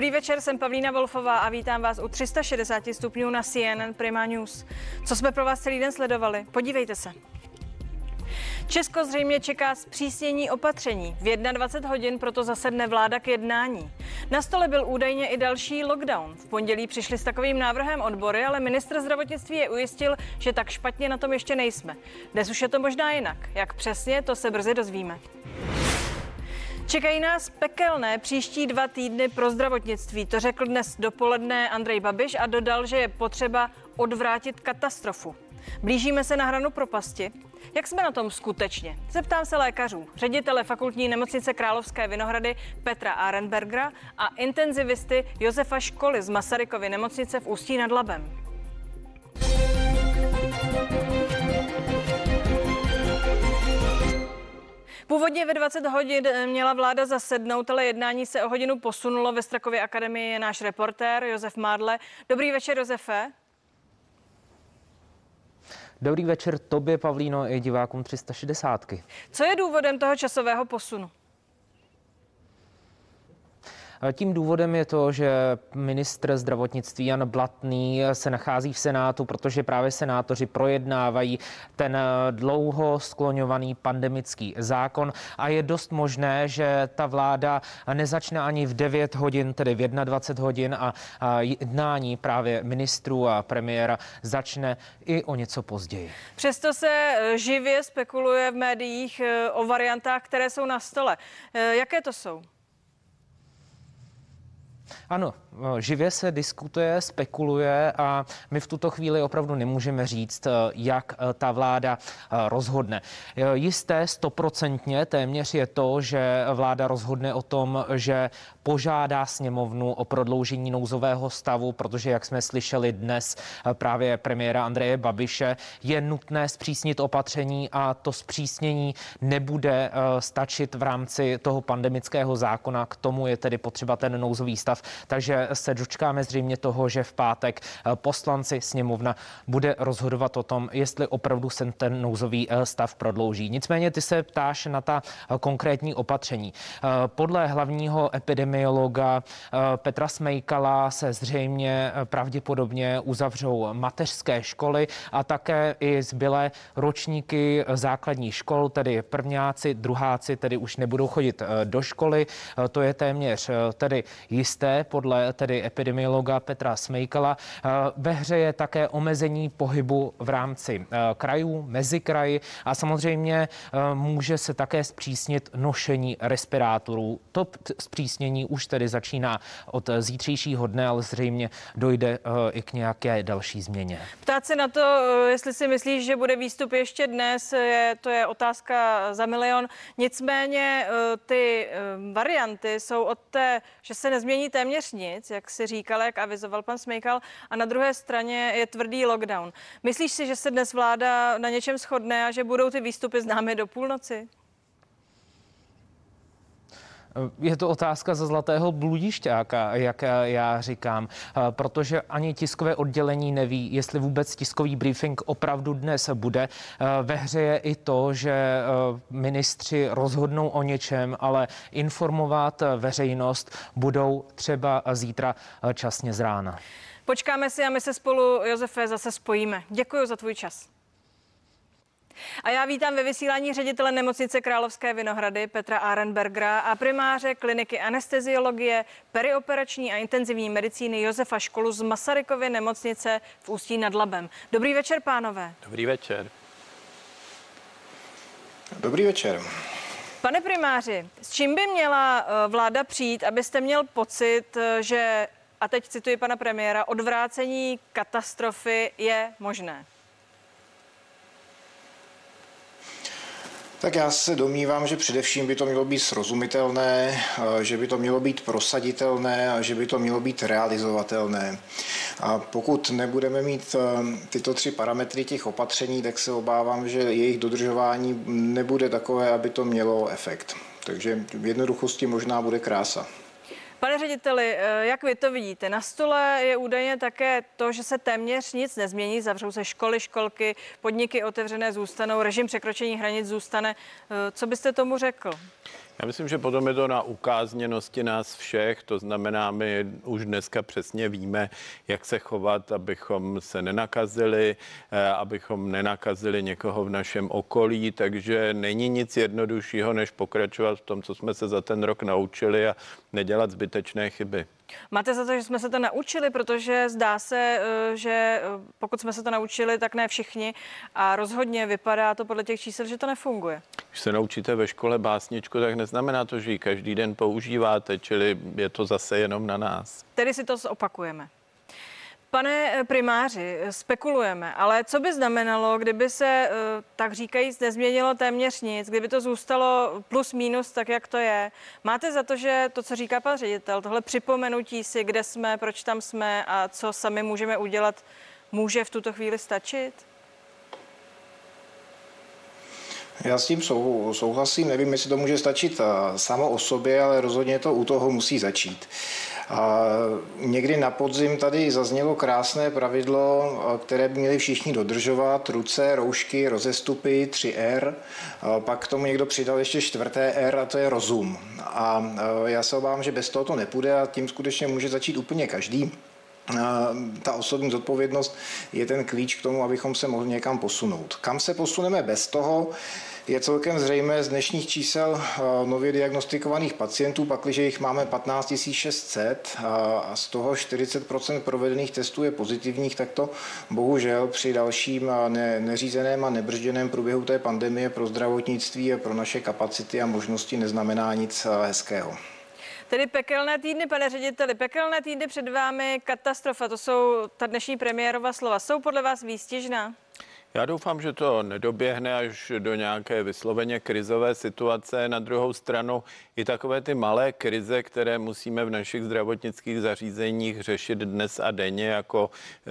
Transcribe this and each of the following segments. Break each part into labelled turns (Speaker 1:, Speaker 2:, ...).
Speaker 1: Dobrý večer, jsem Pavlína Wolfová a vítám vás u 360 stupňů na CNN Prima News. Co jsme pro vás celý den sledovali? Podívejte se. Česko zřejmě čeká zpřísnění opatření. V 21 hodin proto zasedne vláda k jednání. Na stole byl údajně i další lockdown. V pondělí přišli s takovým návrhem odbory, ale ministr zdravotnictví je ujistil, že tak špatně na tom ještě nejsme. Dnes už je to možná jinak. Jak přesně, to se brzy dozvíme. Čekají nás pekelné příští 2 týdny pro zdravotnictví. To řekl dnes dopoledne Andrej Babiš a dodal, že je potřeba odvrátit katastrofu. Blížíme se na hranu propasti. Jak jsme na tom skutečně? Zeptám se lékařů, ředitele fakultní nemocnice Královské Vinohrady Petra Arenbergera a intenzivisty Josefa Školy z Masarykovy nemocnice v Ústí nad Labem. Původně ve 20 hodin měla vláda zasednout, ale jednání se o hodinu posunulo. Ve Strakově akademii je náš reportér Josef Mádle. Dobrý večer, Josefe.
Speaker 2: Dobrý večer tobě, Pavlíno, i divákům 360.
Speaker 1: Co je důvodem toho časového posunu?
Speaker 2: Tím důvodem je to, že ministr zdravotnictví Jan Blatný se nachází v Senátu, protože právě senátoři projednávají ten dlouho skloňovaný pandemický zákon a je dost možné, že ta vláda nezačne ani v 9 hodin, tedy v 21 hodin a jednání právě ministrů a premiéra začne i o něco později.
Speaker 1: Přesto se živě spekuluje v médiích o variantách, které jsou na stole. Jaké to jsou?
Speaker 2: Ano, živě se diskutuje, spekuluje a my v tuto chvíli opravdu nemůžeme říct, jak ta vláda rozhodne. Jisté 100% téměř je to, že vláda rozhodne o tom, že požádá sněmovnu o prodloužení nouzového stavu, protože, jak jsme slyšeli dnes právě premiéra Andreje Babiše, je nutné zpřísnit opatření a to zpřísnění nebude stačit v rámci toho pandemického zákona. K tomu je tedy potřeba ten nouzový stav. Takže se dočkáme zřejmě toho, že v pátek poslanci sněmovna bude rozhodovat o tom, jestli opravdu se ten nouzový stav prodlouží. Nicméně ty se ptáš na ta konkrétní opatření. Podle hlavního epidemiologa Petra Smejkala se zřejmě pravděpodobně uzavřou mateřské školy a také i zbylé ročníky základních škol, tedy prvňáci, druháci, tedy už nebudou chodit do školy. To je téměř tedy jisté podle tedy epidemiologa Petra Smejkala. Ve hře je také omezení pohybu v rámci krajů, mezi kraji a samozřejmě může se také zpřísnit nošení respirátorů. To zpřísnění už tedy začíná od zítřejšího dne, ale zřejmě dojde i k nějaké další změně.
Speaker 1: Ptát se na to, jestli si myslíš, že bude výstup ještě dnes, to je otázka za milion. Nicméně ty varianty jsou od té, že se nezmění téměř nic, jak si říkal, jak avizoval pan Smejkal, a na druhé straně je tvrdý lockdown. Myslíš si, že se dnes vláda na něčem shodne a že budou ty výstupy známy do půlnoci?
Speaker 2: Je to otázka ze zlatého bludišťáka, jak já říkám, protože ani tiskové oddělení neví, jestli vůbec tiskový briefing opravdu dnes bude. Ve hře je i to, že ministři rozhodnou o něčem, ale informovat veřejnost budou třeba zítra časně z rána.
Speaker 1: Počkáme si a my se spolu, Josefe, zase spojíme. Děkuji za tvůj čas. A já vítám ve vysílání ředitele nemocnice Královské Vinohrady Petra Arenbergera a primáře kliniky anesteziologie, perioperační a intenzivní medicíny Josefa Školu z Masarykovy nemocnice v Ústí nad Labem. Dobrý večer, pánové.
Speaker 3: Dobrý večer.
Speaker 4: Dobrý večer.
Speaker 1: Pane primáři, s čím by měla vláda přijít, abyste měl pocit, že, a teď cituji pana premiéra, odvrácení katastrofy je možné?
Speaker 4: Tak já se domnívám, že především by to mělo být srozumitelné, že by to mělo být prosaditelné a že by to mělo být realizovatelné. A pokud nebudeme mít tyto 3 parametry těch opatření, tak se obávám, že jejich dodržování nebude takové, aby to mělo efekt. Takže v jednoduchosti možná bude krása.
Speaker 1: Pane řediteli, jak vy to vidíte? Na stole je údajně také to, že se téměř nic nezmění, zavřou se školy, školky, podniky otevřené zůstanou, režim překročení hranic zůstane. Co byste tomu řekl?
Speaker 3: Já myslím, že potom je to na ukázněnosti nás všech, to znamená, my už dneska přesně víme, jak se chovat, abychom se nenakazili, abychom nenakazili někoho v našem okolí, takže není nic jednoduššího, než pokračovat v tom, co jsme se za ten rok naučili a nedělat zbytečné chyby.
Speaker 1: Máte za to, že jsme se to naučili, protože zdá se, že pokud jsme se to naučili, tak ne všichni a rozhodně vypadá to podle těch čísel, že to nefunguje.
Speaker 3: Když se naučíte ve škole básničku, tak neznamená to, že ji každý den používáte, čili je to zase jenom na nás.
Speaker 1: Tedy si to zopakujeme. Pane primáři, spekulujeme, ale co by znamenalo, kdyby se, tak říkajíc, nezměnilo téměř nic, kdyby to zůstalo plus minus tak, jak to je? Máte za to, že to, co říká pan ředitel, tohle připomenutí si, kde jsme, proč tam jsme a co sami můžeme udělat, může v tuto chvíli stačit?
Speaker 4: Já s tím souhlasím, nevím, jestli to může stačit samo o sobě, ale rozhodně to u toho musí začít. A někdy na podzim tady zaznělo krásné pravidlo, které by měli všichni dodržovat. Ruce, roušky, rozestupy, 3R. Pak k tomu někdo přidal ještě 4R a to je rozum. A já se obávám, že bez toho to nepůjde a tím skutečně může začít úplně každý. Ta osobní zodpovědnost je ten klíč k tomu, abychom se mohli někam posunout. Kam se posuneme bez toho, je celkem zřejmé z dnešních čísel nově diagnostikovaných pacientů, pakliže jich máme 15 600 a z toho 40% provedených testů je pozitivních, tak to bohužel při dalším neřízeném a nebrzděném průběhu té pandemie pro zdravotnictví a pro naše kapacity a možnosti neznamená nic hezkého.
Speaker 1: Tedy pekelné týdny, pane řediteli, pekelné týdny před vámi, katastrofa, to jsou ta dnešní premiérova slova. Jsou podle vás výstižná?
Speaker 3: Já doufám, že to nedoběhne až do nějaké vysloveně krizové situace. Na druhou stranu i takové ty malé krize, které musíme v našich zdravotnických zařízeních řešit dnes a denně, jako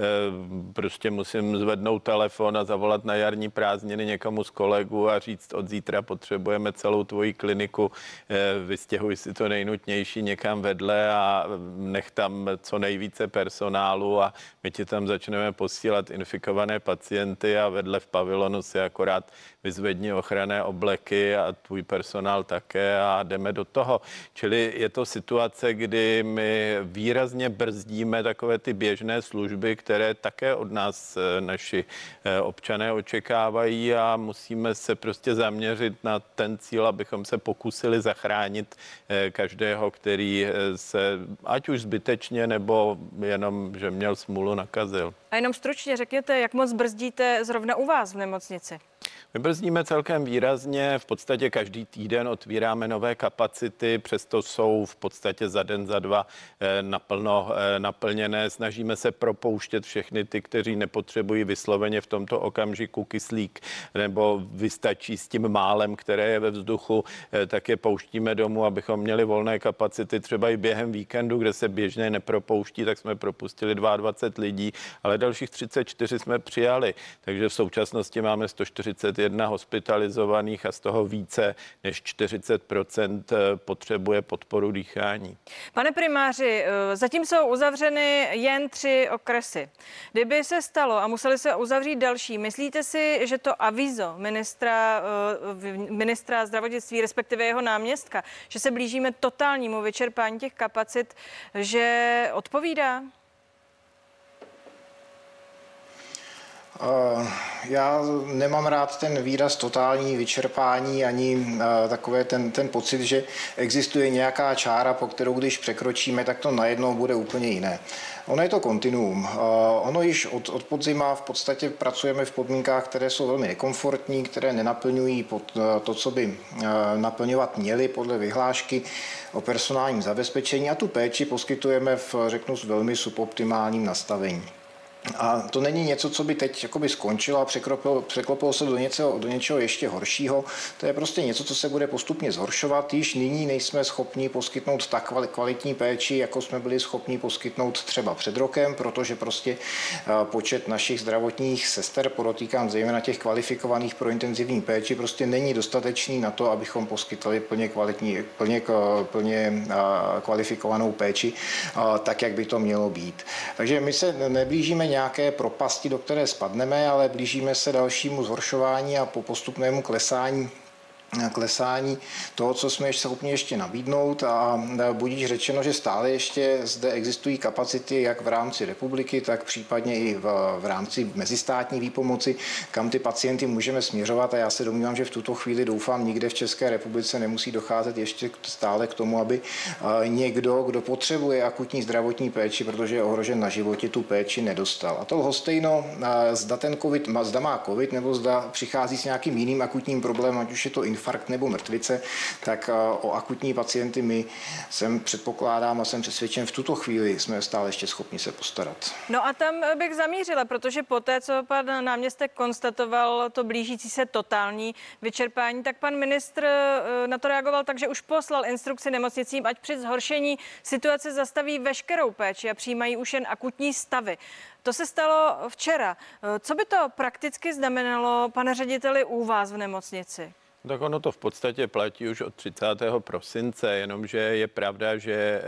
Speaker 3: prostě musím zvednout telefon a zavolat na jarní prázdniny někomu z kolegů a říct, od zítra potřebujeme celou tvoji kliniku, vystěhuj si to nejnutnější někam vedle a nech tam co nejvíce personálu a my ti tam začneme posílat infikované pacienty a vedle v pavilonu si akorát vyzvedni ochranné obleky a tvůj personál také a jdeme do toho. Čili je to situace, kdy my výrazně brzdíme takové ty běžné služby, které také od nás naši občané očekávají a musíme se prostě zaměřit na ten cíl, abychom se pokusili zachránit každého, který se ať už zbytečně nebo jenom, že měl smůlu, nakazil.
Speaker 1: A jenom stručně řekněte, jak moc brzdíte zrovna u vás v nemocnici?
Speaker 3: My brzdíme celkem výrazně, v podstatě každý týden otvíráme nové kapacity, přesto jsou v podstatě za den, za dva naplno naplněné. Snažíme se propouštět všechny ty, kteří nepotřebují vysloveně v tomto okamžiku kyslík nebo vystačí s tím málem, které je ve vzduchu, tak je pouštíme domů, abychom měli volné kapacity třeba i během víkendu, kde se běžně nepropouští, tak jsme propustili 22 lidí, ale dalších 34 jsme přijali, takže v současnosti máme 141 hospitalizovaných a z toho více než 40% potřebuje podporu dýchání. Pane
Speaker 1: primáři, zatím jsou uzavřeny jen 3 okresy. Kdyby se stalo a museli se uzavřít další, myslíte si, že to avízo ministra zdravotnictví, respektive jeho náměstka, že se blížíme totálnímu vyčerpání těch kapacit, že odpovídá?
Speaker 4: Já nemám rád ten výraz totální vyčerpání ani takové ten pocit, že existuje nějaká čára, po kterou když překročíme, tak to najednou bude úplně jiné. Ono je to kontinuum. Ono již od podzima v podstatě pracujeme v podmínkách, které jsou velmi nekomfortní, které nenaplňují to, co by naplňovat měly podle vyhlášky o personálním zabezpečení a tu péči poskytujeme řeknu, s velmi suboptimálním nastavením. A to není něco, co by teď jakoby skončilo a překlopilo se do něčeho ještě horšího. To je prostě něco, co se bude postupně zhoršovat. Již nyní nejsme schopni poskytnout tak kvalitní péči, jako jsme byli schopni poskytnout třeba před rokem, protože prostě počet našich zdravotních sester, podotýkám zejména těch kvalifikovaných pro intenzivní péči, prostě není dostatečný na to, abychom poskytli plně kvalifikovanou péči, tak, jak by to mělo být. Takže my se neblížíme nějaké propasti, do které spadneme, ale blížíme se dalšímu zhoršování a po postupnému klesání klesání toho, co jsme schopni ještě nabídnout, a budíš řečeno, že stále ještě zde existují kapacity jak v rámci republiky, tak případně i v rámci mezistátní výpomoci, kam ty pacienty můžeme směřovat, a já se domnívám, že v tuto chvíli doufám nikde v České republice nemusí docházet ještě stále k tomu, aby někdo, kdo potřebuje akutní zdravotní péči, protože je ohrožen na životě, tu péči nedostal. A to lhostejno, zda ten COVID, zda má COVID, nebo zda přichází s nějakým jiným akutním problémem, ať už je to infarkt nebo mrtvice, tak o akutní pacienty my předpokládám a jsem přesvědčen, v tuto chvíli jsme stále ještě schopni se postarat.
Speaker 1: No a tam bych zamířila, protože poté, co pan náměstek konstatoval to blížící se totální vyčerpání, tak pan ministr na to reagoval tak, že už poslal instrukci nemocnicím, ať při zhoršení situace zastaví veškerou péči a přijímají už jen akutní stavy. To se stalo včera. Co by to prakticky znamenalo, pane řediteli, u vás v nemocnici?
Speaker 3: Tak ono to v podstatě platí už od 30. prosince, jenomže je pravda, že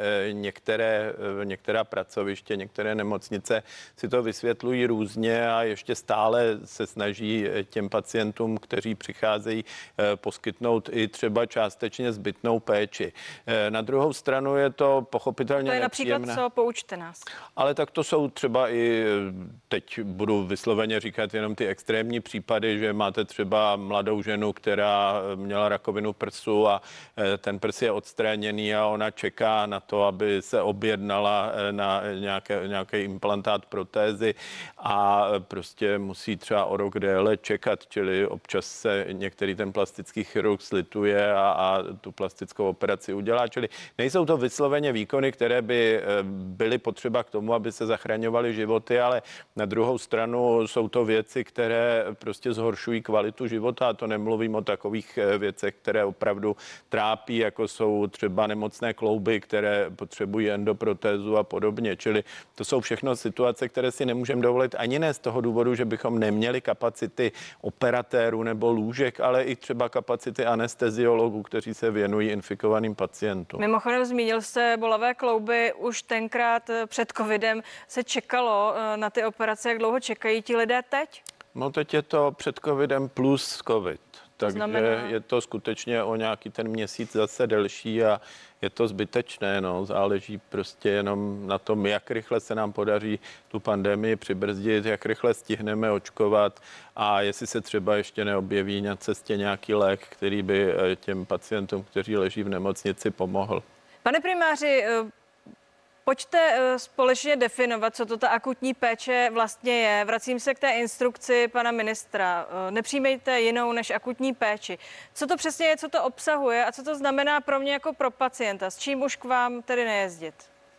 Speaker 3: některá pracoviště, některé nemocnice si to vysvětlují různě a ještě stále se snaží těm pacientům, kteří přicházejí, poskytnout i třeba částečně zbytnou péči. Na druhou stranu je to pochopitelně
Speaker 1: To je například co? Poučte nás.
Speaker 3: Ale tak to jsou třeba i, teď budu vysloveně říkat jenom ty extrémní případy, že máte třeba mladou ženu, která měla rakovinu prsu a ten prs je odstraněný a ona čeká na to, aby se objednala na nějaký implantát protézy a prostě musí třeba o rok déle čekat, čili občas se některý ten plastický chirurg slituje a tu plastickou operaci udělá, čili nejsou to vysloveně výkony, které by byly potřeba k tomu, aby se zachraňovaly životy, ale na druhou stranu jsou to věci, které prostě zhoršují kvalitu života, a to nemluvím o takových věcech, které opravdu trápí, jako jsou třeba nemocné klouby, které potřebují endoprotézu a podobně. Čili to jsou všechno situace, které si nemůžeme dovolit ani ne z toho důvodu, že bychom neměli kapacity operatérů nebo lůžek, ale i třeba kapacity anesteziologů, kteří se věnují infikovaným pacientům.
Speaker 1: Mimochodem zmínil jste bolavé klouby, už tenkrát před covidem se čekalo na ty operace. Jak dlouho čekají ti lidé teď?
Speaker 3: No teď je to před covidem plus covid. Takže je to skutečně o nějaký ten měsíc zase delší a je to zbytečné. No. Záleží prostě jenom na tom, jak rychle se nám podaří tu pandemii přibrzdit, jak rychle stihneme očkovat a jestli se třeba ještě neobjeví na cestě nějaký lék, který by těm pacientům, kteří leží v nemocnici, pomohl.
Speaker 1: Pane primáři, pojďte společně definovat, co to ta akutní péče vlastně je. Vracím se k té instrukci pana ministra. Nepřijmejte jinou než akutní péči. Co to přesně je, co to obsahuje a co to znamená pro mě jako pro pacienta? S čím už k vám tedy nejezdit?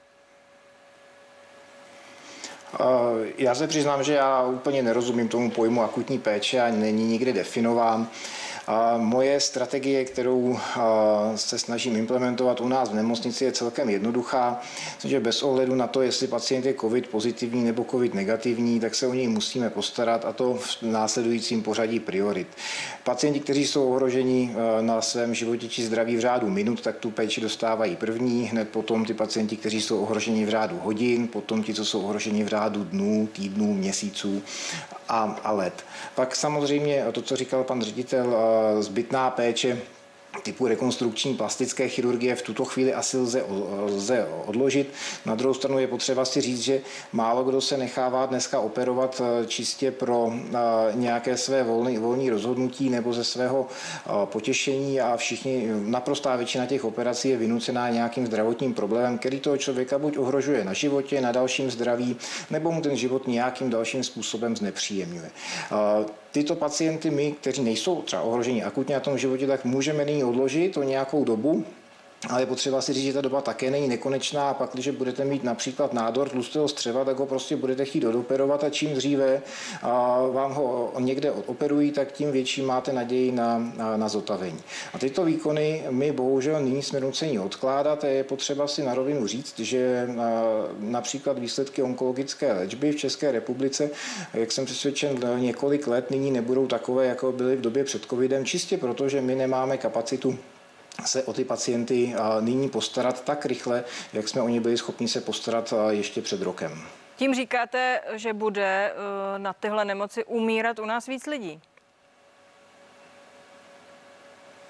Speaker 4: Já se přiznám, že já úplně nerozumím tomu pojmu akutní péče a není nikde definován. Moje strategie, kterou se snažím implementovat u nás v nemocnici, je celkem jednoduchá, že bez ohledu na to, jestli pacient je COVID pozitivní nebo COVID negativní, tak se o něj musíme postarat, a to v následujícím pořadí priorit. Pacienti, kteří jsou ohroženi na svém životě či zdraví v řádu minut, tak tu péči dostávají první, hned potom ty pacienti, kteří jsou ohroženi v řádu hodin, potom ti, co jsou ohroženi v řádu dnů, týdnů, měsíců a let. Pak samozřejmě to, co říkal pan ředitel, zbytná péče typu rekonstrukční plastické chirurgie v tuto chvíli asi lze odložit. Na druhou stranu je potřeba si říct, že málo kdo se nechává dneska operovat čistě pro nějaké své volné rozhodnutí nebo ze svého potěšení, a naprostá většina těch operací je vynucená nějakým zdravotním problémem, který toho člověka buď ohrožuje na životě, na dalším zdraví, nebo mu ten život nějakým dalším způsobem znepříjemňuje. Tyto pacienty my, kteří nejsou třeba ohroženi akutně na tom životě, tak můžeme nyní odložit o nějakou dobu, ale je potřeba si říct, že ta doba také není nekonečná, a pak, když budete mít například nádor tlustého střeva, tak ho prostě budete chtít odoperovat, a čím dříve vám ho někde operují, tak tím větší máte naději na zotavení. A tyto výkony my bohužel nyní jsme nuceni odkládat, a je potřeba si na rovinu říct, že například výsledky onkologické léčby v České republice, jak jsem přesvědčen, několik let nyní nebudou takové, jako byly v době před covidem, čistě proto, že my nemáme kapacitu se o ty pacienty nyní postarat tak rychle, jak jsme o ně byli schopni se postarat ještě před rokem.
Speaker 1: Tím říkáte, že bude na tyhle nemoci umírat u nás víc lidí?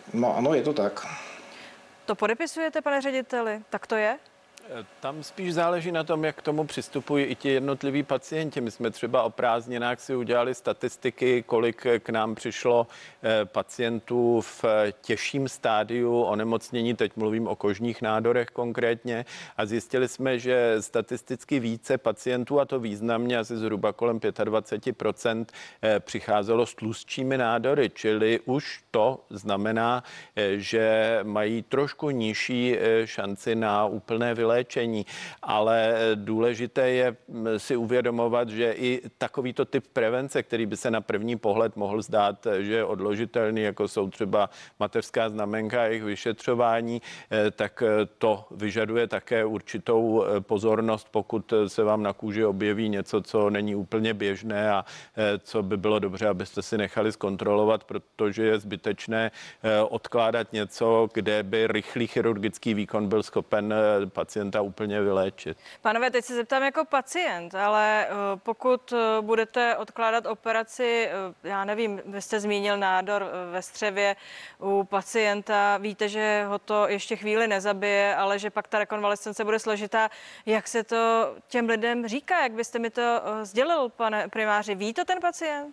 Speaker 4: No ano, je to tak.
Speaker 1: To podepisujete, pane řediteli? Tak to je?
Speaker 3: Tam spíš záleží na tom, jak k tomu přistupují i ti jednotliví pacienti. My jsme třeba o prázdninách si udělali statistiky, kolik k nám přišlo pacientů v těžším stádiu onemocnění, teď mluvím o kožních nádorech konkrétně, a zjistili jsme, že statisticky více pacientů, a to významně asi zhruba kolem 25%, přicházelo s tlustšími nádory, čili už to znamená, že mají trošku nižší šanci na úplné vyléčení. Ale důležité je si uvědomovat, že i takovýto typ prevence, který by se na první pohled mohl zdát, že je odložitelný, jako jsou třeba mateřská znamenka a jejich vyšetřování, tak to vyžaduje také určitou pozornost, pokud se vám na kůži objeví něco, co není úplně běžné a co by bylo dobře, abyste si nechali zkontrolovat, protože je zbytečné odkládat něco, kde by rychlý chirurgický výkon byl schopen pacienta úplně vyléčit.
Speaker 1: Pánové, teď se zeptám jako pacient, ale pokud budete odkládat operaci, já nevím, vy jste zmínil nádor ve střevě u pacienta, víte, že ho to ještě chvíli nezabije, ale že pak ta rekonvalescence bude složitá. Jak se to těm lidem říká? Jak byste mi to sdělil, pane primáři? Ví to ten pacient?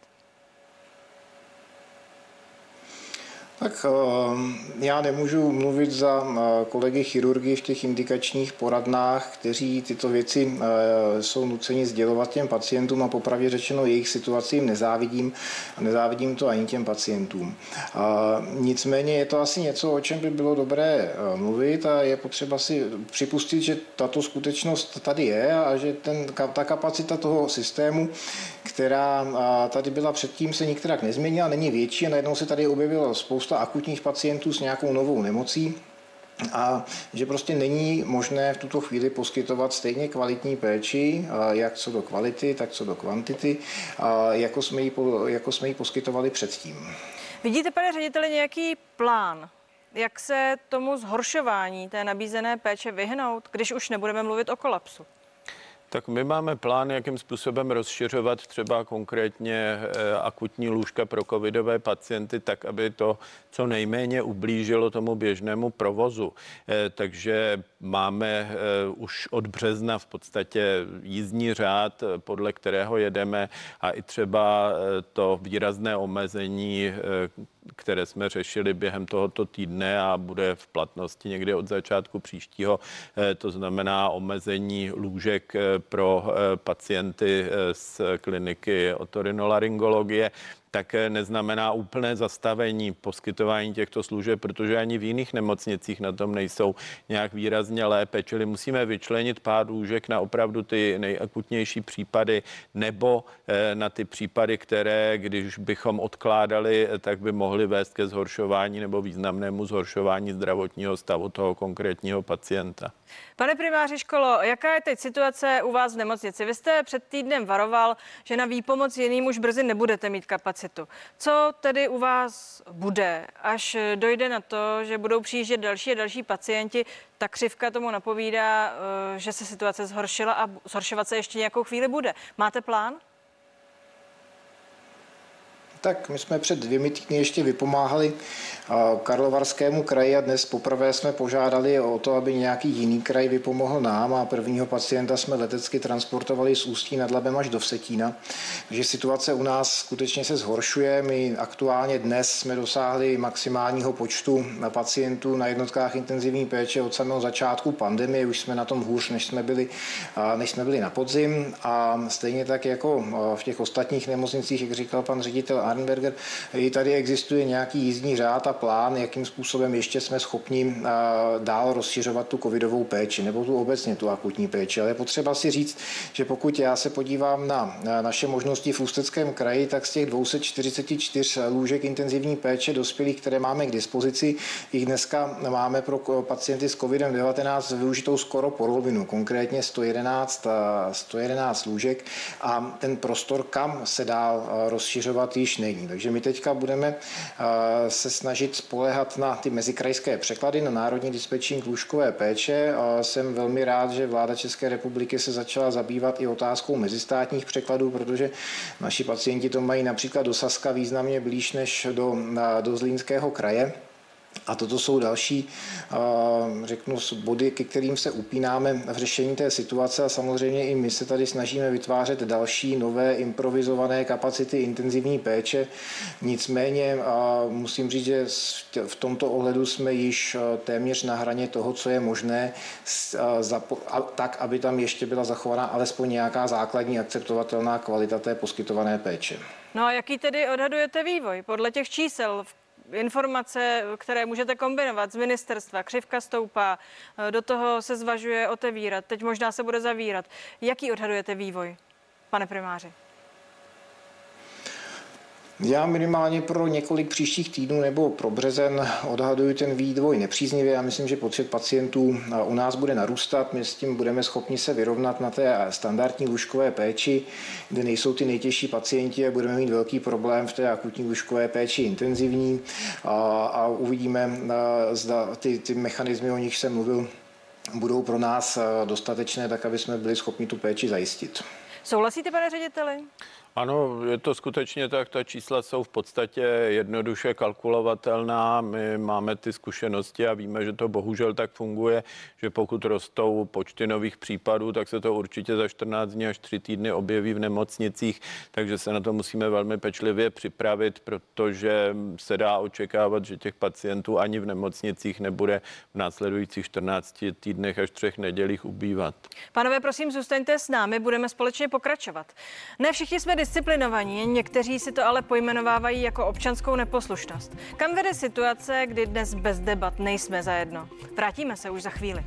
Speaker 4: Tak já nemůžu mluvit za kolegy chirurgy v těch indikačních poradnách, kteří tyto věci jsou nuceni sdělovat těm pacientům, a popravdě řečeno jejich situaci jim nezávidím. Nezávidím to ani těm pacientům. Nicméně je to asi něco, o čem by bylo dobré mluvit, a je potřeba si připustit, že tato skutečnost tady je a že ta kapacita toho systému, která tady byla předtím, se nikterak nezměnila, není větší, a najednou se tady objevilo spousta akutních pacientů s nějakou novou nemocí, a že prostě není možné v tuto chvíli poskytovat stejně kvalitní péči, jak co do kvality, tak co do kvantity, jako jsme ji poskytovali předtím.
Speaker 1: Vidíte, pane řediteli, nějaký plán, jak se tomu zhoršování té nabízené péče vyhnout, když už nebudeme mluvit o kolapsu?
Speaker 3: Tak my máme plán, jakým způsobem rozšiřovat třeba konkrétně akutní lůžka pro covidové pacienty, tak aby to co nejméně ublížilo tomu běžnému provozu. Takže máme už od března v podstatě jízdní řád, podle kterého jedeme, a i třeba to výrazné omezení, které jsme řešili během tohoto týdne a bude v platnosti někdy od začátku příštího, to znamená omezení lůžek pro pacienty z kliniky otorinolaryngologie, tak neznamená úplné zastavení poskytování těchto služeb, protože ani v jiných nemocnicích na tom nejsou nějak výrazně lépe. Čili musíme vyčlenit pár lůžek na opravdu ty nejakutnější případy, nebo na ty případy, které, když bychom odkládali, tak by mohly vést ke zhoršování nebo významnému zhoršování zdravotního stavu toho konkrétního pacienta.
Speaker 1: Pane primáři Školo, jaká je teď situace u vás v nemocnici? Vy jste před týdnem varoval, že na výpomoc jiným už brzy nebudete mít kapacitu. Co tedy u vás bude, až dojde na to, že budou přijíždět další a další pacienti? Ta křivka tomu napovídá, že se situace zhoršila a zhoršovat se ještě nějakou chvíli bude. Máte plán?
Speaker 4: Tak my jsme před 2 týdny ještě vypomáhali Karlovarskému kraji a dnes poprvé jsme požádali o to, aby nějaký jiný kraj vypomohl nám, a prvního pacienta jsme letecky transportovali z Ústí nad Labem až do Vsetína. Takže situace u nás skutečně se zhoršuje. My aktuálně dnes jsme dosáhli maximálního počtu pacientů na jednotkách intenzivní péče od samého začátku pandemie. Už jsme na tom hůř, než jsme byli na podzim, a stejně tak jako v těch ostatních nemocnicích, jak říkal pan ředitel Arnberger, i tady existuje nějaký jízdní řád a plán, jakým způsobem ještě jsme schopni dál rozšiřovat tu covidovou péči, nebo tu obecně tu akutní péči. Ale je potřeba si říct, že pokud já se podívám na naše možnosti v Ústeckém kraji, tak z těch 244 lůžek intenzivní péče dospělých, které máme k dispozici, jich dneska máme pro pacienty s COVID-19 využitou skoro polovinu, konkrétně 111 lůžek, a ten prostor, kam se dál rozšiřovat, již není. Takže my teďka budeme se snažit spoléhat na ty mezikrajské překlady, na Národní dispečink lůžkové péče. Jsem velmi rád, že vláda České republiky se začala zabývat i otázkou mezistátních překladů, protože naši pacienti to mají například do Saska významně blíž než do Zlínského kraje. A toto jsou další, řeknu, body, ke kterým se upínáme v řešení té situace a samozřejmě i my se tady snažíme vytvářet další nové improvizované kapacity intenzivní péče. Nicméně musím říct, že v tomto ohledu jsme již téměř na hraně toho, co je možné, tak, aby tam ještě byla zachovaná alespoň nějaká základní akceptovatelná kvalita té poskytované péče.
Speaker 1: No a jaký tedy odhadujete vývoj podle těch čísel? Informace, které můžete kombinovat z ministerstva, křivka stoupá, do toho se zvažuje otevírat, teď možná se bude zavírat. Jaký odhadujete vývoj, pane primáři?
Speaker 4: Já minimálně pro několik příštích týdnů nebo pro březen odhaduji ten vývoj nepříznivě. Já myslím, že počet pacientů u nás bude narůstat. My s tím budeme schopni se vyrovnat na té standardní lůžkové péči, kde nejsou ty nejtěžší pacienti a budeme mít velký problém v té akutní lůžkové péči intenzivní a uvidíme, zda ty mechanismy, o nich jsem mluvil, budou pro nás dostatečné, tak aby jsme byli schopni tu péči zajistit.
Speaker 1: Souhlasíte, pane řediteli?
Speaker 3: Ano, je to skutečně tak, ta čísla jsou v podstatě jednoduše kalkulovatelná. My máme ty zkušenosti a víme, že to bohužel tak funguje, že pokud rostou počty nových případů, tak se to určitě za 14 dní až 3 týdny objeví v nemocnicích, takže se na to musíme velmi pečlivě připravit, protože se dá očekávat, že těch pacientů ani v nemocnicích nebude v následujících 14 týdnech až 3 nedělích ubývat.
Speaker 1: Pánové, prosím, zůstaňte s námi, budeme společně pokračovat. Ne všichni jsme disciplinovaní, někteří si to ale pojmenovávají jako občanskou neposlušnost. Kam vede situace, kdy dnes bez debat nejsme zajedno? Vrátíme se už za chvíli.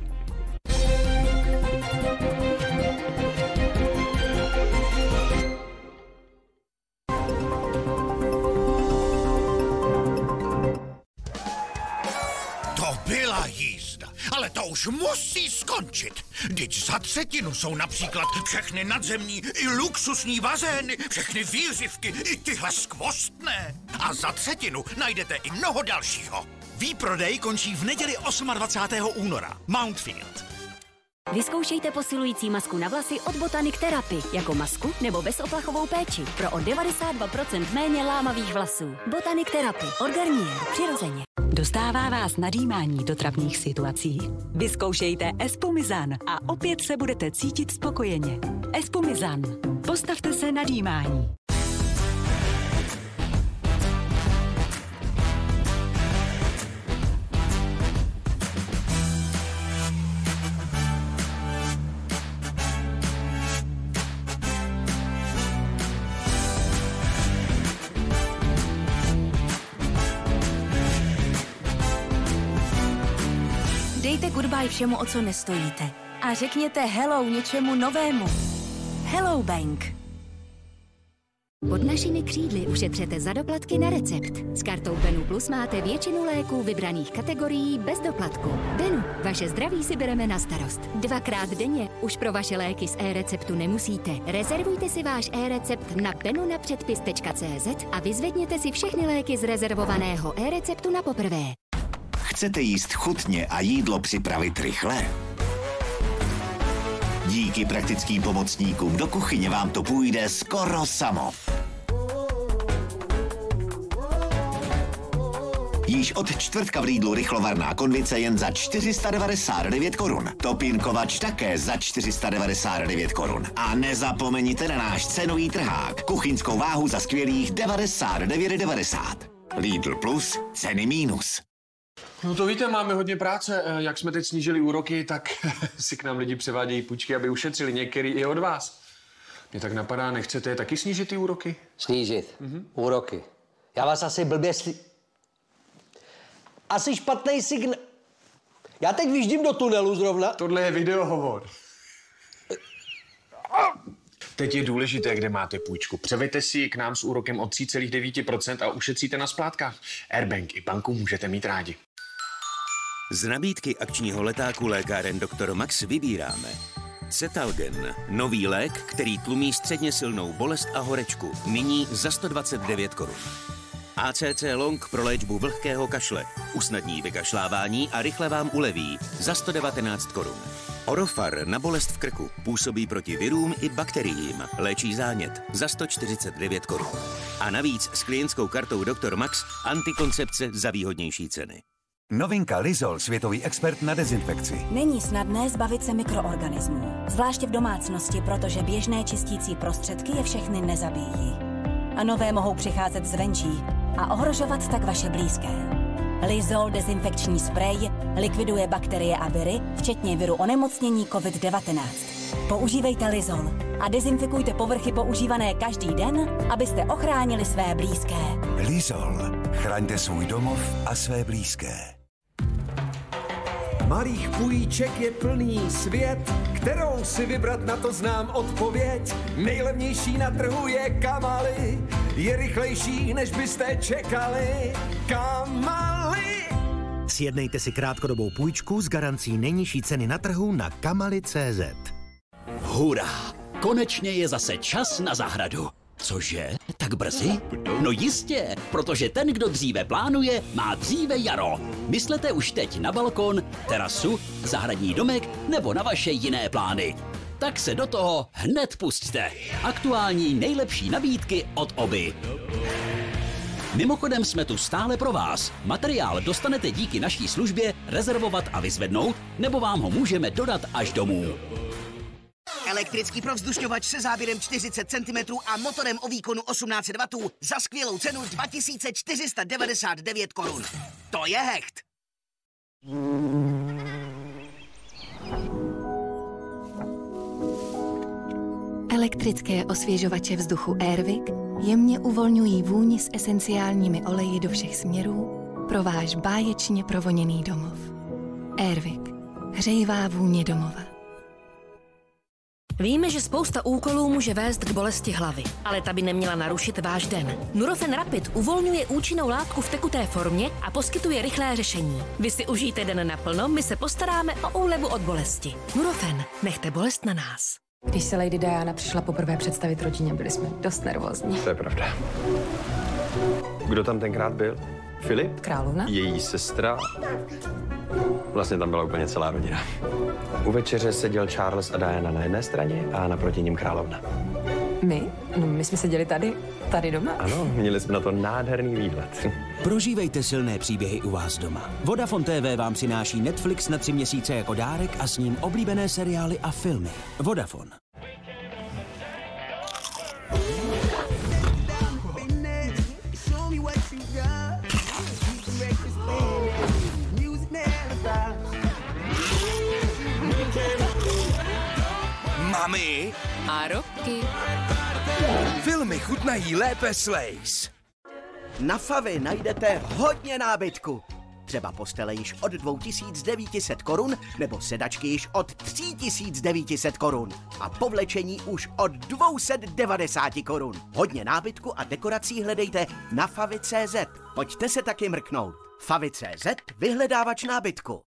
Speaker 5: To byla jízda, ale to už musí skončit. Vždyť za třetinu jsou například všechny nadzemní i luxusní bazény, všechny výřivky i tyhle skvostné. A za třetinu najdete i mnoho dalšího.
Speaker 6: Výprodej končí v neděli 28. února. Mountfield.
Speaker 7: Vyzkoušejte posilující masku na vlasy od Botanic Therapy jako masku nebo bezoplachovou péči pro o 92% méně lámavých vlasů. Botanic Therapy od Garnier přirozeně.
Speaker 8: Dostává vás nadýmání do trapných situací? Vyzkoušejte Espumizan a opět se budete cítit spokojeně. Espumizan. Postavte se nadýmání.
Speaker 7: Dejte goodbye všemu, o co nestojíte. A řekněte hello něčemu novému. Hello Bank. Pod našimi křídly ušetřete za doplatky na recept. S kartou Benu Plus máte většinu léků vybraných kategorií bez doplatku. Benu, vaše zdraví si bereme na starost. 2krát denně už pro vaše léky z e-receptu nemusíte. Rezervujte si váš e-recept na benunapředpis.cz a vyzvedněte si všechny léky z rezervovaného e-receptu na poprvé.
Speaker 5: Chcete jíst chutně a jídlo připravit rychle? Díky praktickým pomocníkům do kuchyně vám to půjde skoro samo. Již od čtvrtka v Lidlu rychlovarná konvice jen za 499 korun. Topinkovač také za 499 korun. A nezapomeňte na náš cenový trhák. Kuchyňskou váhu za skvělých 99,90. Lidl Plus, ceny mínus.
Speaker 9: No to víte, máme hodně práce. Jak jsme teď snížili úroky, tak si k nám lidi převádějí půjčky, aby ušetřili, některý i od vás. Mě tak napadá, nechcete taky snížit ty úroky?
Speaker 10: Snížit? Úroky. Já vás asi blbě Asi špatný signál. Já teď vyjíždím do tunelu zrovna.
Speaker 9: Tohle je videohovor. Teď je důležité, kde máte půjčku. Převeďte si ji k nám s úrokem od 3,9% a ušetříte na splátkách. Airbank i banku můžete mít rádi.
Speaker 11: Z nabídky akčního letáku lékáren Dr. Max vybíráme Cetalgen, nový lék, který tlumí středně silnou bolest a horečku, nyní za 129 korun. ACC Long pro léčbu vlhkého kašle, usnadní vykašlávání a rychle vám uleví za 119 korun. Orofar na bolest v krku, působí proti virům i bakteriím, léčí zánět za 149 korun. A navíc s klientskou kartou Dr. Max antikoncepce za výhodnější ceny.
Speaker 12: Novinka Lizol, světový expert na dezinfekci.
Speaker 7: Není snadné zbavit se mikroorganismů, zvláště v domácnosti, protože běžné čistící prostředky je všechny nezabíjí. A nové mohou přicházet zvenčí a ohrožovat tak vaše blízké. Lizol dezinfekční sprej likviduje bakterie a viry, včetně viru onemocnění COVID-19. Používejte Lizol a dezinfikujte povrchy používané každý den, abyste ochránili své blízké.
Speaker 12: Lizol. Chraňte svůj domov a své blízké.
Speaker 13: Malých půjček je plný svět, kterou si vybrat, na to znám odpověď. Nejlevnější na trhu je Kamaly, je rychlejší, než byste čekali. Kamaly!
Speaker 6: Sjednejte si krátkodobou půjčku s garancí nejnižší ceny na trhu na kamaly.cz.
Speaker 14: Hurá! Konečně je zase čas na zahradu. Cože? Tak brzy? No jistě, protože ten, kdo dříve plánuje, má dříve jaro. Myslete už teď na balkon, terasu, zahradní domek nebo na vaše jiné plány. Tak se do toho hned pusťte. Aktuální nejlepší nabídky od OBI. Mimochodem jsme tu stále pro vás. Materiál dostanete díky naší službě rezervovat a vyzvednout, nebo vám ho můžeme dodat až domů.
Speaker 15: Elektrický provzdušňovač se záběrem 40 cm a motorem o výkonu 1800 W za skvělou cenu 2499 korun. To je hecht!
Speaker 16: Elektrické osvěžovače vzduchu Airwick jemně uvolňují vůni s esenciálními oleji do všech směrů pro váš báječně provoněný domov. Airwick. Hřejivá vůně domova.
Speaker 17: Víme, že spousta úkolů může vést k bolesti hlavy, ale ta by neměla narušit váš den. Nurofen Rapid uvolňuje účinnou látku v tekuté formě a poskytuje rychlé řešení. Vy si užijte den naplno, my se postaráme o úlevu od bolesti. Nurofen, nechte bolest na nás.
Speaker 18: Když se Lady Diana přišla poprvé představit rodině, byli jsme dost nervózní.
Speaker 19: To je pravda. Kdo tam tenkrát byl? Filip?
Speaker 18: Královna?
Speaker 19: Její sestra? Vlastně tam byla úplně celá rodina. U večeře seděl Charles a Diana na jedné straně a naproti nim královna.
Speaker 18: My? No, my jsme seděli tady doma.
Speaker 19: Ano, měli jsme na to nádherný výhled.
Speaker 14: Prožívejte silné příběhy u vás doma. Vodafone TV vám přináší Netflix na 3 měsíce jako dárek a s ním oblíbené seriály a filmy. Vodafone.
Speaker 13: Mami
Speaker 18: a Roky.
Speaker 13: Filmy chutnají lépe s Lays.
Speaker 15: Na Favy najdete hodně nábytku. Třeba postele již od 2900 korun nebo sedačky již od 3900 korun. A povlečení už od 290 korun. Hodně nábytku a dekorací hledejte na Favy.cz. Pojďte se taky mrknout. Favy.cz, vyhledávač nábytku.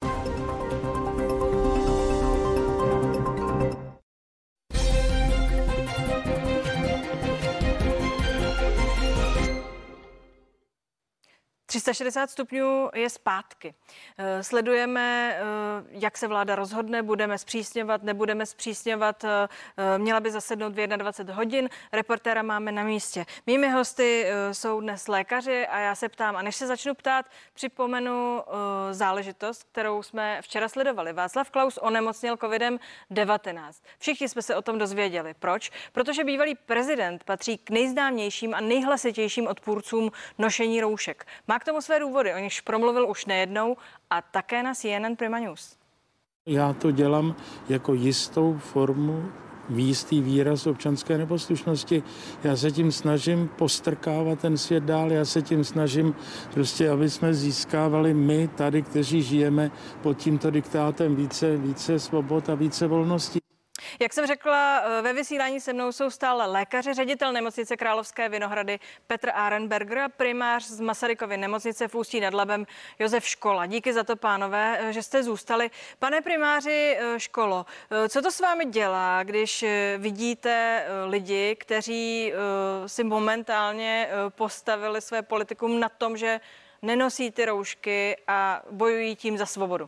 Speaker 1: ...360 stupňů je zpátky. Sledujeme, jak se vláda rozhodne, budeme zpřísňovat, nebudeme zpřísňovat, měla by zasednout v 21 hodin, reportéra máme na místě. Mými hosty jsou dnes lékaři a já se ptám, a než se začnu ptát, připomenu záležitost, kterou jsme včera sledovali. Václav Klaus onemocněl covidem-19. Všichni jsme se o tom dozvěděli. Proč? Protože bývalý prezident patří k nejznámějším a nejhlasitějším odpůrcům nošení roušek. Má k tomu své důvody, o nichž promluvil už nejednou a také na CNN Prima News.
Speaker 20: Já to dělám jako jistou formu, jistý výraz občanské neposlušnosti. Já se tím snažím postrkávat ten svět dál, já se tím snažím prostě, aby jsme získávali my tady, kteří žijeme pod tímto diktátem více svobod a více volností.
Speaker 1: Jak jsem řekla, ve vysílání se mnou jsou stále lékaři, ředitel nemocnice Královské Vinohrady Petr Arenberger a primář z Masarykovy nemocnice v Ústí nad Labem Josef Škola. Díky za to, pánové, že jste zůstali. Pane primáři Školo, co to s vámi dělá, když vidíte lidi, kteří si momentálně postavili své politikum na tom, že nenosí ty roušky a bojují tím za svobodu?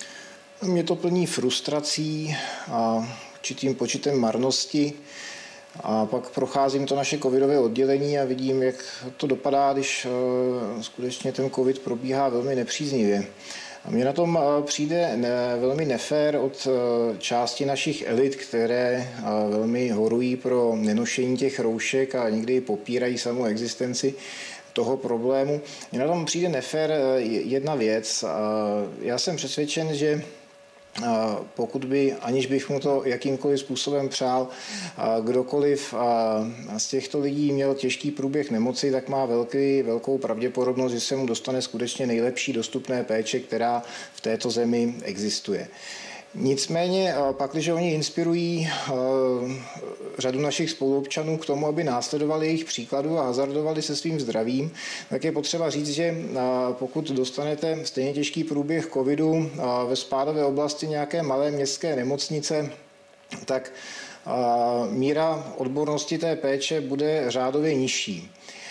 Speaker 4: Mě to plní frustrací a určitým počtem marnosti. A pak procházím to naše covidové oddělení a vidím, jak to dopadá, když skutečně ten covid probíhá velmi nepříznivě. A mně na tom přijde velmi nefér od části našich elit, které velmi horují pro nenošení těch roušek a někdy popírají samou existenci toho problému. Mně na tom přijde nefér jedna věc. Já jsem přesvědčen, že pokud by, aniž bych mu to jakýmkoliv způsobem přál, kdokoliv z těchto lidí měl těžký průběh nemoci, tak má velkou pravděpodobnost, že se mu dostane skutečně nejlepší dostupné péče, která v této zemi existuje. Nicméně, pakliže oni inspirují řadu našich spoluobčanů k tomu, aby následovali jejich příkladu a hazardovali se svým zdravím, tak je potřeba říct, že pokud dostanete stejně těžký průběh covidu ve spádové oblasti nějaké malé městské nemocnice, tak míra odbornosti té péče bude řádově nižší.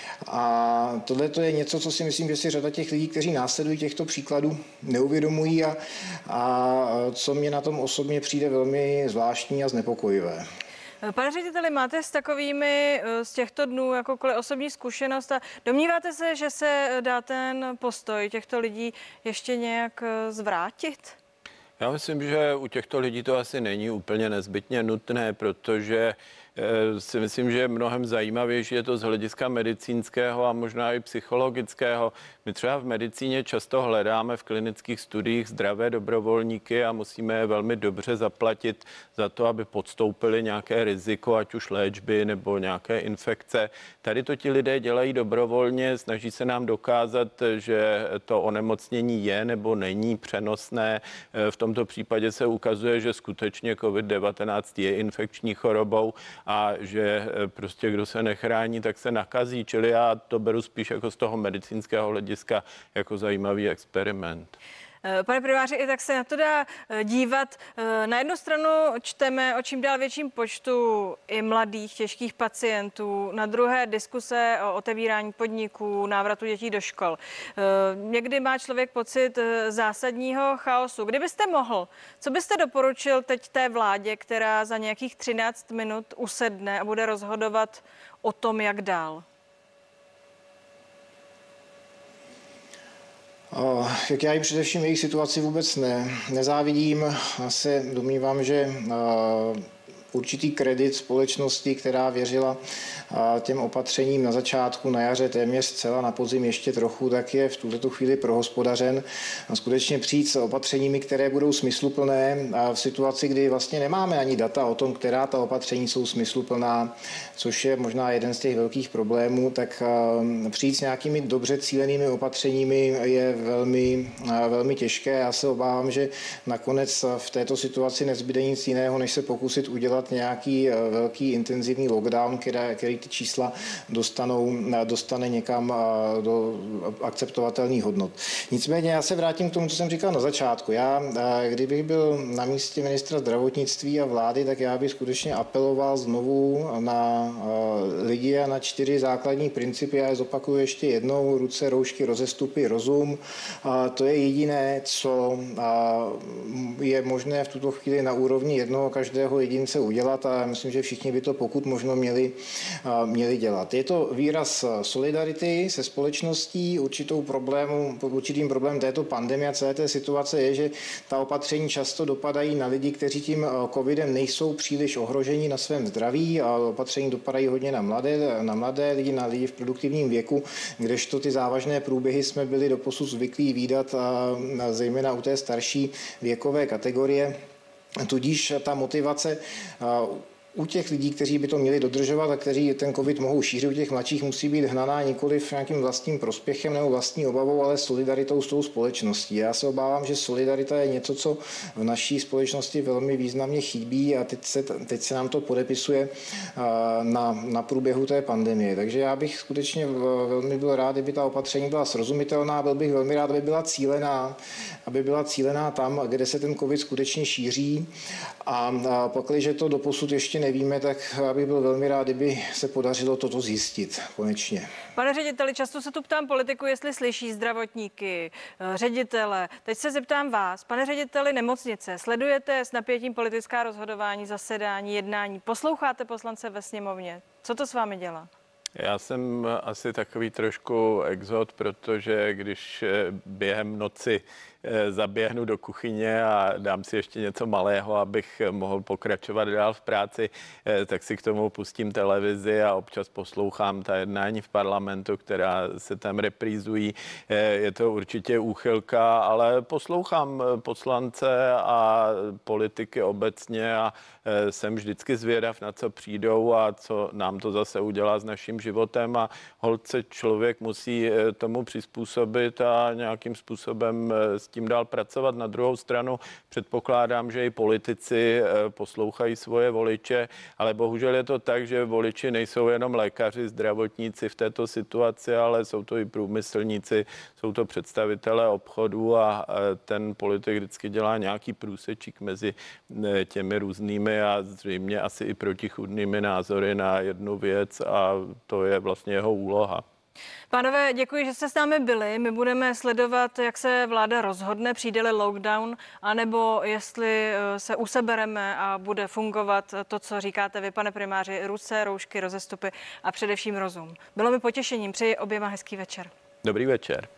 Speaker 4: A tohle to je něco, co si myslím, že si řada těch lidí, kteří následují těchto příkladů, neuvědomují a co mě na tom osobně přijde velmi zvláštní a znepokojivé.
Speaker 1: Pane řediteli, máte s takovými z těchto dnů jakoukoliv osobní zkušenost a domníváte se, že se dá ten postoj těchto lidí ještě nějak zvrátit?
Speaker 3: Já myslím, že u těchto lidí to asi není úplně nezbytně nutné, protože si myslím, že je mnohem zajímavější je to z hlediska medicínského a možná i psychologického. My třeba v medicíně často hledáme v klinických studiích zdravé dobrovolníky a musíme je velmi dobře zaplatit za to, aby podstoupili nějaké riziko, ať už léčby nebo nějaké infekce. Tady to ti lidé dělají dobrovolně, snaží se nám dokázat, že to onemocnění je nebo není přenosné. V tomto případě se ukazuje, že skutečně COVID-19 je infekční chorobou a že prostě kdo se nechrání, tak se nakazí. Čili já to beru spíš jako z toho medicínského hlediska jako zajímavý experiment.
Speaker 1: Pane primáři, i tak se na to dá dívat. Na jednu stranu čteme o čím dál větším počtu i mladých, těžkých pacientů, na druhé diskuse o otevírání podniků, návratu dětí do škol. Někdy má člověk pocit zásadního chaosu. Kdybyste mohl, co byste doporučil teď té vládě, která za nějakých 13 minut usedne a bude rozhodovat o tom, jak dál?
Speaker 4: Jak já jim především jejich situaci vůbec nezávidím. Já se domnívám, že určitý kredit společnosti, která věřila těm opatřením na začátku, na jaře, téměř zcela, na podzim ještě trochu, tak je v tuto chvíli prohospodařen. A skutečně přijít s opatřeními, které budou smysluplné a v situaci, kdy vlastně nemáme ani data o tom, která ta opatření jsou smysluplná, což je možná jeden z těch velkých problémů, tak přijít s nějakými dobře cílenými opatřeními je velmi těžké. Já se obávám, že nakonec v této situaci nezbyde nic jiného, než se pokusit udělat nějaký velký intenzivní lockdown, který ty čísla dostane někam do akceptovatelných hodnot. Nicméně já se vrátím k tomu, co jsem říkal na začátku. Já, kdybych byl na místě ministra zdravotnictví a vlády, tak já bych skutečně apeloval znovu na lidi a na 4 základní principy. Já je zopakuju ještě jednou. Ruce, roušky, rozestupy, rozum. To je jediné, co je možné v tuto chvíli na úrovni jednoho každého jedince udělat a myslím, že všichni by to pokud možno měli dělat. Je to výraz solidarity se společností. Určitým problémem této pandemie a celé té situace je, že ta opatření často dopadají na lidi, kteří tím covidem nejsou příliš ohroženi na svém zdraví a opatření dopadají hodně na mladé lidi, na lidi v produktivním věku, kdežto ty závažné průběhy jsme byli doposud zvyklí vídat, zejména u té starší věkové kategorie. Tudíž ta motivace u těch lidí, kteří by to měli dodržovat a kteří ten covid mohou šířit, u těch mladších musí být hnaná nikoliv nějakým vlastním prospěchem nebo vlastní obavou, ale solidaritou s tou společností. Já se obávám, že solidarita je něco, co v naší společnosti velmi významně chybí a teď se nám to podepisuje na průběhu té pandemie. Takže já bych skutečně velmi byl rád, kdyby ta opatření byla srozumitelná, byl bych velmi rád, aby byla cílená tam, kde se ten covid skutečně šíří a pakliže to doposud ještě nevíme, tak bych byl velmi rád, kdyby se podařilo toto zjistit konečně.
Speaker 1: Pane řediteli, často se tu ptám politiku, jestli slyší zdravotníky, ředitele. Teď se zeptám vás, pane řediteli nemocnice, sledujete s napětím politická rozhodování, zasedání, jednání, posloucháte poslance ve sněmovně? Co to s vámi dělá?
Speaker 3: Já jsem asi takový trošku exot, protože když během noci zaběhnu do kuchyně a dám si ještě něco malého, abych mohl pokračovat dál v práci, tak si k tomu pustím televizi a občas poslouchám ta jednání v parlamentu, která se tam reprízují. Je to určitě úchylka, ale poslouchám poslance a politiky obecně a jsem vždycky zvědav, na co přijdou a co nám to zase udělá s naším životem a holt se člověk musí tomu přizpůsobit a nějakým způsobem s tím dál pracovat. Na druhou stranu předpokládám, že i politici poslouchají svoje voliče, ale bohužel je to tak, že voliči nejsou jenom lékaři, zdravotníci v této situaci, ale jsou to i průmyslníci, jsou to představitelé obchodu a ten politik vždycky dělá nějaký průsečík mezi těmi různými a zřejmě asi i protichůdnými názory na jednu věc a to je vlastně jeho úloha.
Speaker 1: Pánové, děkuji, že jste s námi byli. My budeme sledovat, jak se vláda rozhodne, přijde-li lockdown, anebo jestli se usebereme a bude fungovat to, co říkáte vy, pane primáři, ruce, roušky, rozestupy a především rozum. Bylo mi potěšením. Přeji oběma hezký večer.
Speaker 3: Dobrý večer.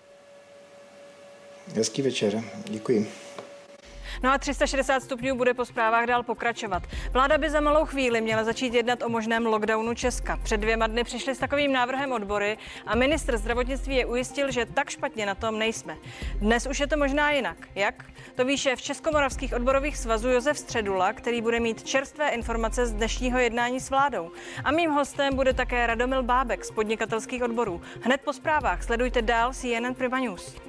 Speaker 4: Hezký večer. Děkuji.
Speaker 1: No a 360 stupňů bude po zprávách dál pokračovat. Vláda by za malou chvíli měla začít jednat o možném lockdownu Česka. Před 2 dny přišli s takovým návrhem odbory a ministr zdravotnictví je ujistil, že tak špatně na tom nejsme. Dnes už je to možná jinak. Jak? To ví šéf Českomoravských odborových svazů Josef Středula, který bude mít čerstvé informace z dnešního jednání s vládou. A mým hostem bude také Radomil Bábek z podnikatelských odborů. Hned po zprávách sledujte dál CNN Prima News.